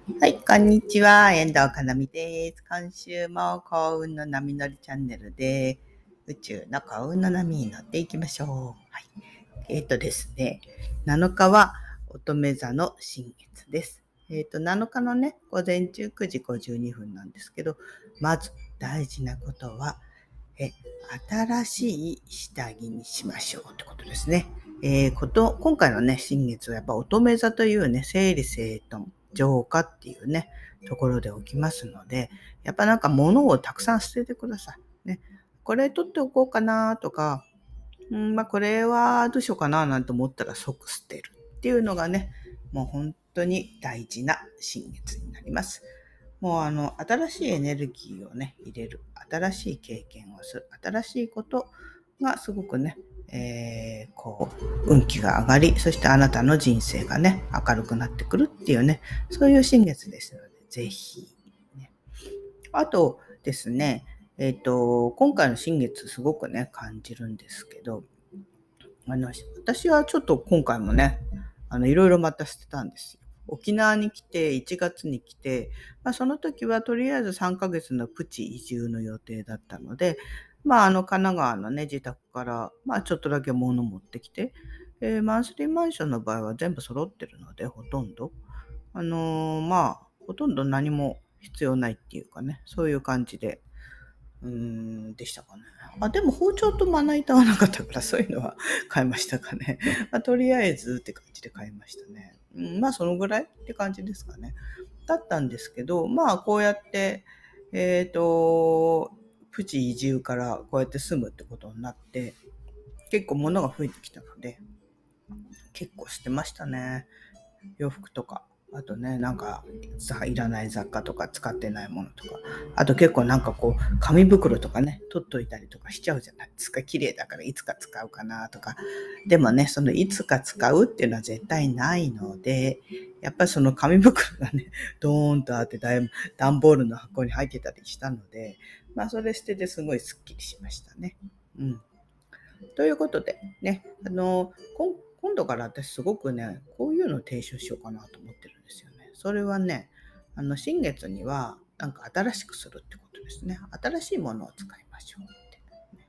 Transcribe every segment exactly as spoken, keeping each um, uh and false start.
はい、こんにちは。遠藤かなみです。今週も幸運の波乗りチャンネルで宇宙の幸運の波に乗っていきましょう。はい。えっ、とですね、なのかは乙女座の新月です。えっ、と、なのかのね、午前中くじごじゅうにふんなんですけど、まず大事なことは、え新しい下着にしましょうってことですね。えー、こと今回のね、新月はやっぱ乙女座というね、整理整頓、浄化っていうね、ところで起きますので、やっぱなんか物をたくさん捨ててください。ね。これ取っておこうかなとか、うん、まあこれはどうしようかななんて思ったら即捨てるっていうのがね、もう本当に大事な新月になります。もうあの、新しいエネルギーをね、入れる。新しい経験をする。新しいことがすごくね、えー、こう、運気が上がり、そしてあなたの人生がね、明るくなってくるっていうね、そういう新月ですので、ぜひ、ね。あとですね、えっ、と、今回の新月すごくね、感じるんですけど、あの、私はちょっと今回もね、あの、いろいろまた捨てたんですよ。沖縄に来て、いちがつに来て、まあ、その時はとりあえずさんかげつのプチ移住の予定だったので、まあ、あの、神奈川のね、自宅から、まあ、ちょっとだけ物持ってきて、えーマンスリーマンションの場合は全部揃ってるので、ほとんど。あのーまあ、ほとんど何も必要ないっていうかね、そういう感じで、うーん、でしたかね。あ、でも包丁とまな板はなかったから、そういうのは買いましたかね。まあ、とりあえずって感じで買いましたね。うん、まあ、そのぐらいって感じですかね。だったんですけど、まあ、こうやって、えっ、と、プチ移住からこうやって住むってことになって、結構物が増えてきたので、結構してましたね。洋服とか。あとね、なんか、さ、いらない雑貨とか使ってないものとか。あと結構なんかこう、紙袋とかね、取っといたりとかしちゃうじゃないですか。綺麗だからいつか使うかなとか。でもね、そのいつか使うっていうのは絶対ないので、やっぱりその紙袋がね、ドーンとあってだいぶ段ボールの箱に入ってたりしたので、まあそれ捨ててすごいスッキリしましたね。うん。ということで、ね、あの、今今度から私すごくね、こういうのを提唱しようかなと思ってるんですよね。それはね、あの、新月には、なんか新しくするってことですね。新しいものを使いましょうって。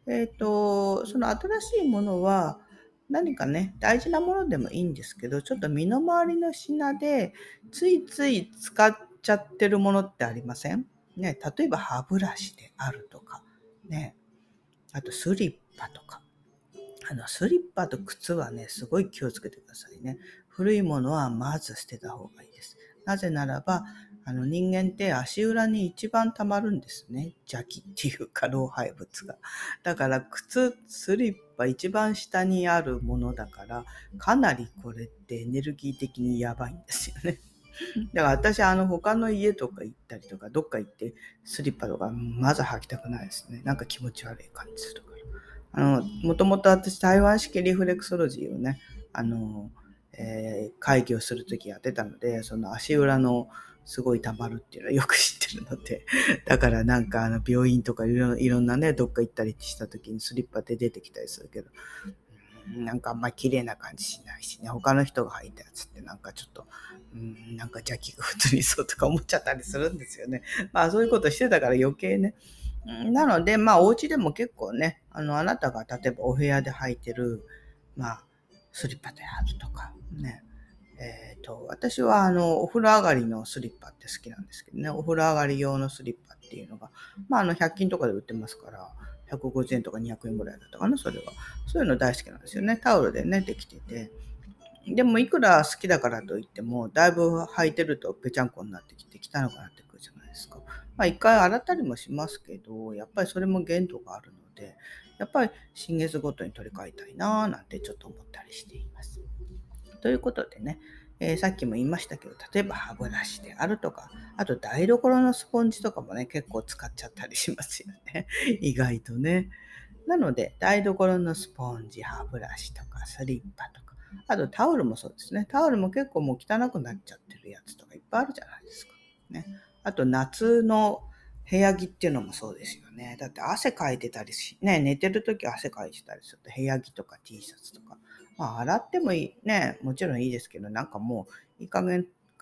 えっ、と、その新しいものは、何かね、大事なものでもいいんですけど、ちょっと身の回りの品で、ついつい使っちゃってるものってありませんね？例えば歯ブラシであるとか、ね、あとスリッパとか。あの、スリッパと靴はね、すごい気をつけてくださいね。古いものはまず捨てた方がいいです。なぜならば、あの人間って足裏に一番溜まるんですね。邪気っていうか老廃物が。だから靴、スリッパ一番下にあるものだから、かなりこれってエネルギー的にやばいんですよね。だから私、あの他の家とか行ったりとか、どっか行ってスリッパとかまず履きたくないですね。なんか気持ち悪い感じするから。あの、もともと私台湾式リフレクソロジーをね、あの、えー会議をするときやってたので、その足裏のすごい溜まるっていうのはよく知ってるので、だからなんかあの病院とかいろいろんなね、どっか行ったりしたときにスリッパで出てきたりするけど、なんかあんまり綺麗な感じしないしね、他の人が履いたやつってなんかちょっと、うん、なんか邪気が移りそうとか思っちゃったりするんですよね。まあそういうことしてたから余計ね。なので、まあお家でも結構ね、あの、あなたが例えばお部屋で履いてる、まあ、スリッパであるとか、ね。えっ、と、私はあの、お風呂上がりのスリッパって好きなんですけどね、お風呂上がり用のスリッパっていうのが、まああの、ひゃく均とかで売ってますから、ひゃくごじゅうえんとかにひゃくえんぐらいだったかな、それは。そういうの大好きなんですよね。タオルでね、できてて。でも、いくら好きだからといっても、だいぶ履いてるとぺちゃんこになってきて、汚くなってくるじゃないですか。まあ、一回洗ったりもしますけど、やっぱりそれも限度があるので、やっぱり新月ごとに取り替えたいなぁなんてちょっと思ったりしています。ということでね、えーさっきも言いましたけど、例えば歯ブラシであるとか、あと台所のスポンジとかもね、結構使っちゃったりしますよね。意外とね。なので、台所のスポンジ、歯ブラシとか、スリッパとか、あとタオルもそうですね。タオルも結構もう汚くなっちゃってるやつとかいっぱいあるじゃないですか。ね。あと夏の部屋着っていうのもそうですよね。だって汗かいてたりし、ね、寝てるとき汗かいてたりすると部屋着とか T シャツとか、まあ洗ってもいい、ね、もちろんいいですけど、なんかもういい加減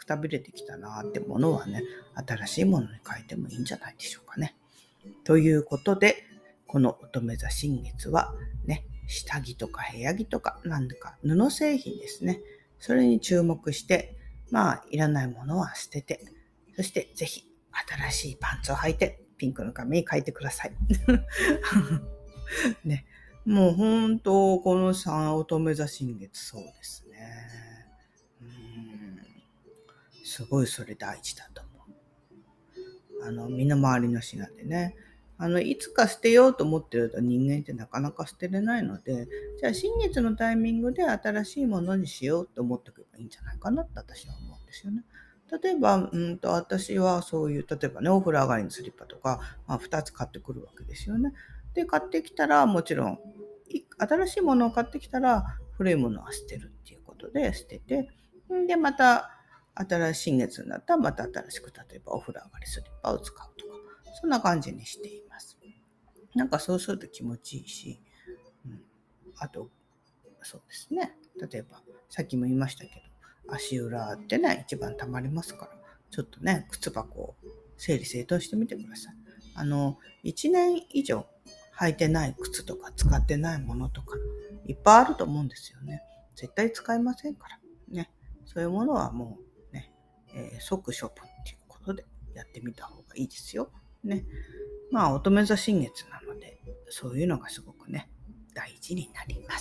くたびれてきたなってものはね、新しいものに変えてもいいんじゃないでしょうかね。ということで、この乙女座新月はね、下着とか部屋着とかなんだか布製品ですね。それに注目して、まあいらないものは捨てて、そしてぜひ新しいパンツを履いてピンクの紙に書いてください。ね、もう本当このさ乙女座新月そうですね。うーん、すごいそれ大事だと思う。あの身の回りの品でね。あのいつか捨てようと思ってると人間ってなかなか捨てれないので、じゃあ新月のタイミングで新しいものにしようと思っておけばいいんじゃないかなって私は思うんですよね。例えば、うんと私はそういう、例えばね、お風呂上がりのスリッパとか、まあ、ふたつ買ってくるわけですよね。で、買ってきたら、もちろん、新しいものを買ってきたら、古いものは捨てるっていうことで捨てて、で、また、新しい新月になったら、また新しく、例えばお風呂上がりスリッパを使うとか、そんな感じにしています。なんかそうすると気持ちいいし、うん、あと、そうですね。例えば、さっきも言いましたけど、足裏ってね、一番溜まりますから、ちょっとね、靴箱を整理整頓してみてください。あの、いちねん以上履いてない靴とか使ってないものとか、いっぱいあると思うんですよね。絶対使いませんから。ね。そういうものはもうね、えー、即処分っていうことでやってみた方がいいですよ。ね。まあ、乙女座新月なので、そういうのがすごくね、大事になります。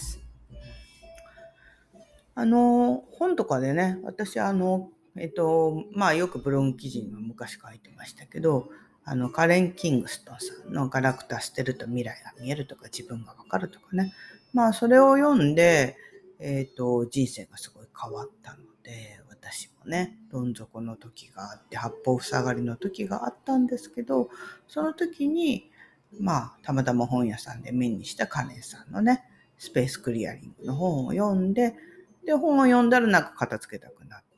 あの、本とかでね、私あの、えっと、まあよくブログ記事にも昔書いてましたけど、あの、カレン・キングストンさんのガラクタ捨てると未来が見えるとか自分がわかるとかね。まあそれを読んで、えっと、人生がすごい変わったので、私もね、どん底の時があって、八方塞がりの時があったんですけど、その時に、まあ、たまたま本屋さんで目にしたカレンさんのね、スペースクリアリングの本を読んで、で、本を読んだらなんか片付けたくなって、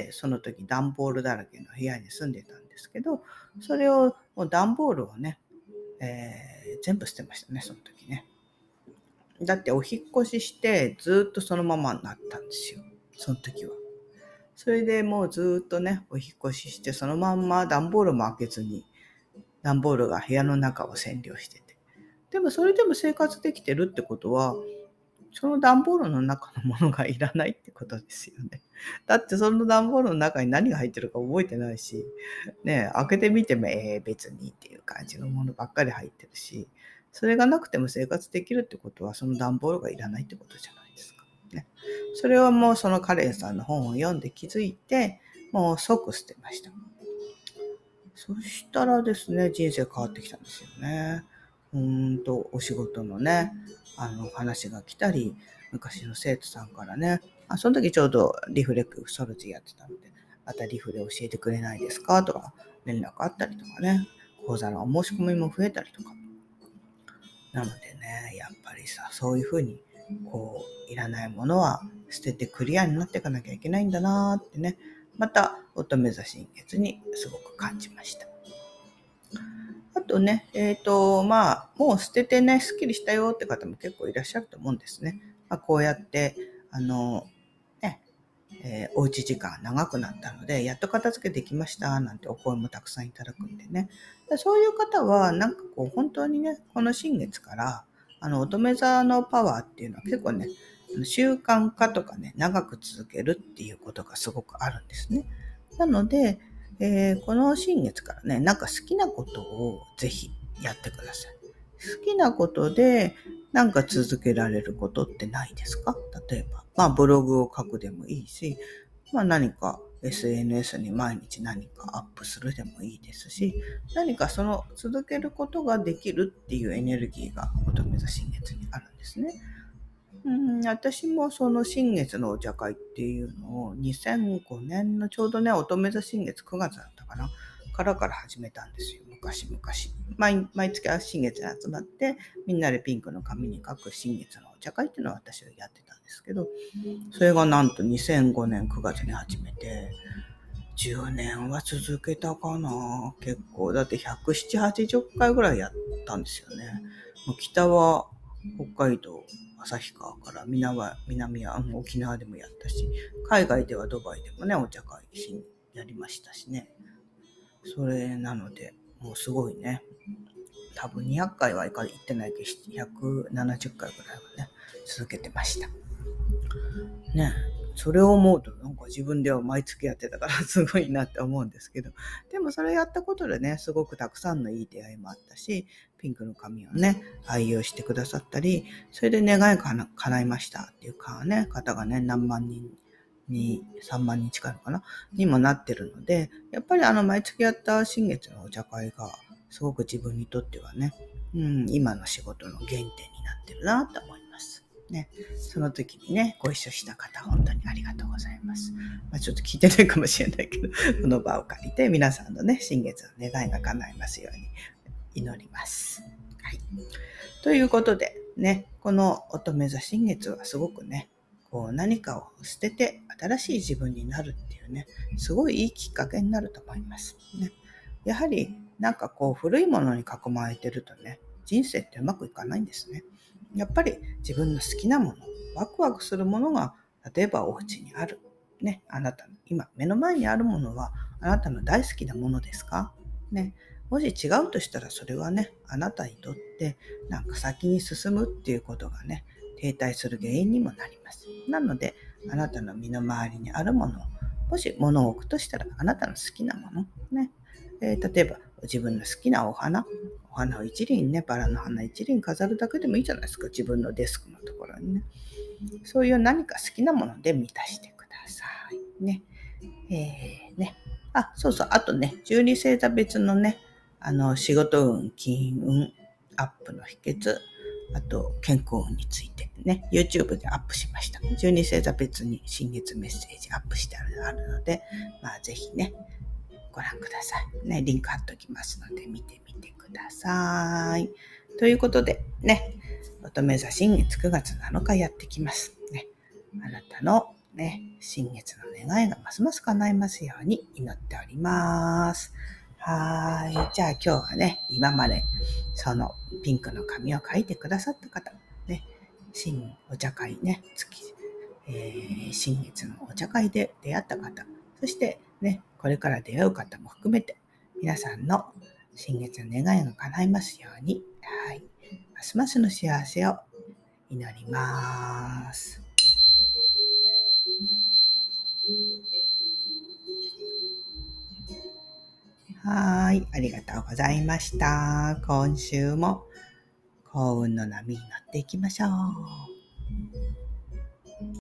その時段ボールだらけの部屋に住んでたんですけど、それを、もう段ボールをね、えー、全部捨てましたね、その時ね。だってお引っ越ししてずっとそのままになったんですよ、その時は。それでもうずっとね、お引っ越ししてそのまんま段ボールも開けずに、段ボールが部屋の中を占領してて。でもそれでも生活できてるってことは、その段ボールの中のものがいらないってことですよね。だってその段ボールの中に何が入ってるか覚えてないし、ね、開けてみても、えー、別にっていう感じのものばっかり入ってるし、それがなくても生活できるってことは、その段ボールがいらないってことじゃないですか。ね、それはもうそのカレンさんの本を読んで気づいて、もう即捨てました。そしたらですね、人生変わってきたんですよね。うーんと、お仕事のね、あの、話が来たり、昔の生徒さんからね、あ、その時ちょうどリフレクソルジやってたので、またリフレ教えてくれないですかとか、連絡あったりとかね、講座のお申し込みも増えたりとか。なのでね、やっぱりさ、そういうふうに、こう、いらないものは捨ててクリアになっていかなきゃいけないんだなーってね、また乙女座新月にすごく感じました。あとね、えっと、まあ、もう捨ててね、すっきりしたよって方も結構いらっしゃると思うんですね。まあ、こうやって、あの、ね、えー、おうち時間長くなったので、やっと片付けできました、なんてお声もたくさんいただくんでね。そういう方は、なんかこう、本当にね、この新月から、あの、乙女座のパワーっていうのは結構ね、習慣化とかね、長く続けるっていうことがすごくあるんですね。なので、えー、この新月からね、なんか好きなことをぜひやってください。好きなことでなんか続けられることってないですか？例えば、まあブログを書くでもいいし、まあ何か エスエヌエス に毎日何かアップするでもいいですし、何かその続けることができるっていうエネルギーが乙女座新月にあるんですね。うん、私もその新月のお茶会っていうのをにせんごねんのちょうどね、乙女座新月くがつだったかな、からから始めたんですよ。昔々。毎毎月は新月に集まって、みんなでピンクの紙に書く新月のお茶会っていうのを私はやってたんですけど、それがなんとにせんごねんくがつに始めて、じゅうねんは続けたかな、結構。だってひゃくななじゅう、はちじゅっかいぐらいやったんですよね。もう北は北海道、旭川から南は、南は沖縄でもやったし、海外ではドバイでもね、お茶会やりましたしね。それなので、もうすごいね。多分にひゃっかいはいか行ってないけど、ひゃくななじゅっかいぐらいはね、続けてました。ね。それを思うとなんか自分では毎月やってたからすごいなって思うんですけど、でもそれやったことでね、すごくたくさんのいい出会いもあったし、ピンクの髪をね、愛用してくださったり、それで願いが叶いましたっていうかね、方がね、何万人に、さんまんにん近いのかなにもなってるので、やっぱりあの毎月やった新月のお茶会がすごく自分にとってはね、うん、今の仕事の原点になってるなと思います。ね、その時にね、ご一緒した方、本当にありがとうございます。まあ、ちょっと聞いてないかもしれないけど、この場を借りて皆さんのね、新月の願いが叶いますように祈ります。はい。ということで、ね、この乙女座新月はすごくね、こう何かを捨てて新しい自分になるっていうね、すごいいいきっかけになると思います。ね、やはりなんかこう古いものに囲まれてるとね、人生ってうまくいかないんですね。やっぱり自分の好きなもの、ワクワクするものが、例えばお家にある。ね、あなたの今目の前にあるものはあなたの大好きなものですか？ね、もし違うとしたらそれはね、あなたにとってなんか先に進むっていうことがね、停滞する原因にもなります。なので、あなたの身の回りにあるものを、もし物を置くとしたらあなたの好きなもの、ね、えー、例えば自分の好きなお花、お花を一輪ね、バラの花一輪飾るだけでもいいじゃないですか。自分のデスクのところにね。そういう何か好きなもので満たしてください。ね。えー、ね。あ、そうそう。あとね、じゅうに星座別のね、あの、仕事運、金運、アップの秘訣、あと、健康運についてね、YouTube でアップしました。じゅうに星座別に新月メッセージアップしてあるので、まあ、ぜひね、ご覧ください。ね、リンク貼っておきますので見てみてください。ということでね、乙女座新月くがつなのかやってきます。ね、あなたのね、新月の願いがますます叶いますように祈っております。はい。じゃあ今日はね、今までそのピンクの紙を書いてくださった方、ね、新お茶会ね、月、えー、新月のお茶会で出会った方、そしてね、これから出会う方も含めて、皆さんの新月の願いが叶いますように、はい、ますますの幸せを祈ります。はい、ありがとうございました。今週も幸運の波に乗っていきましょう。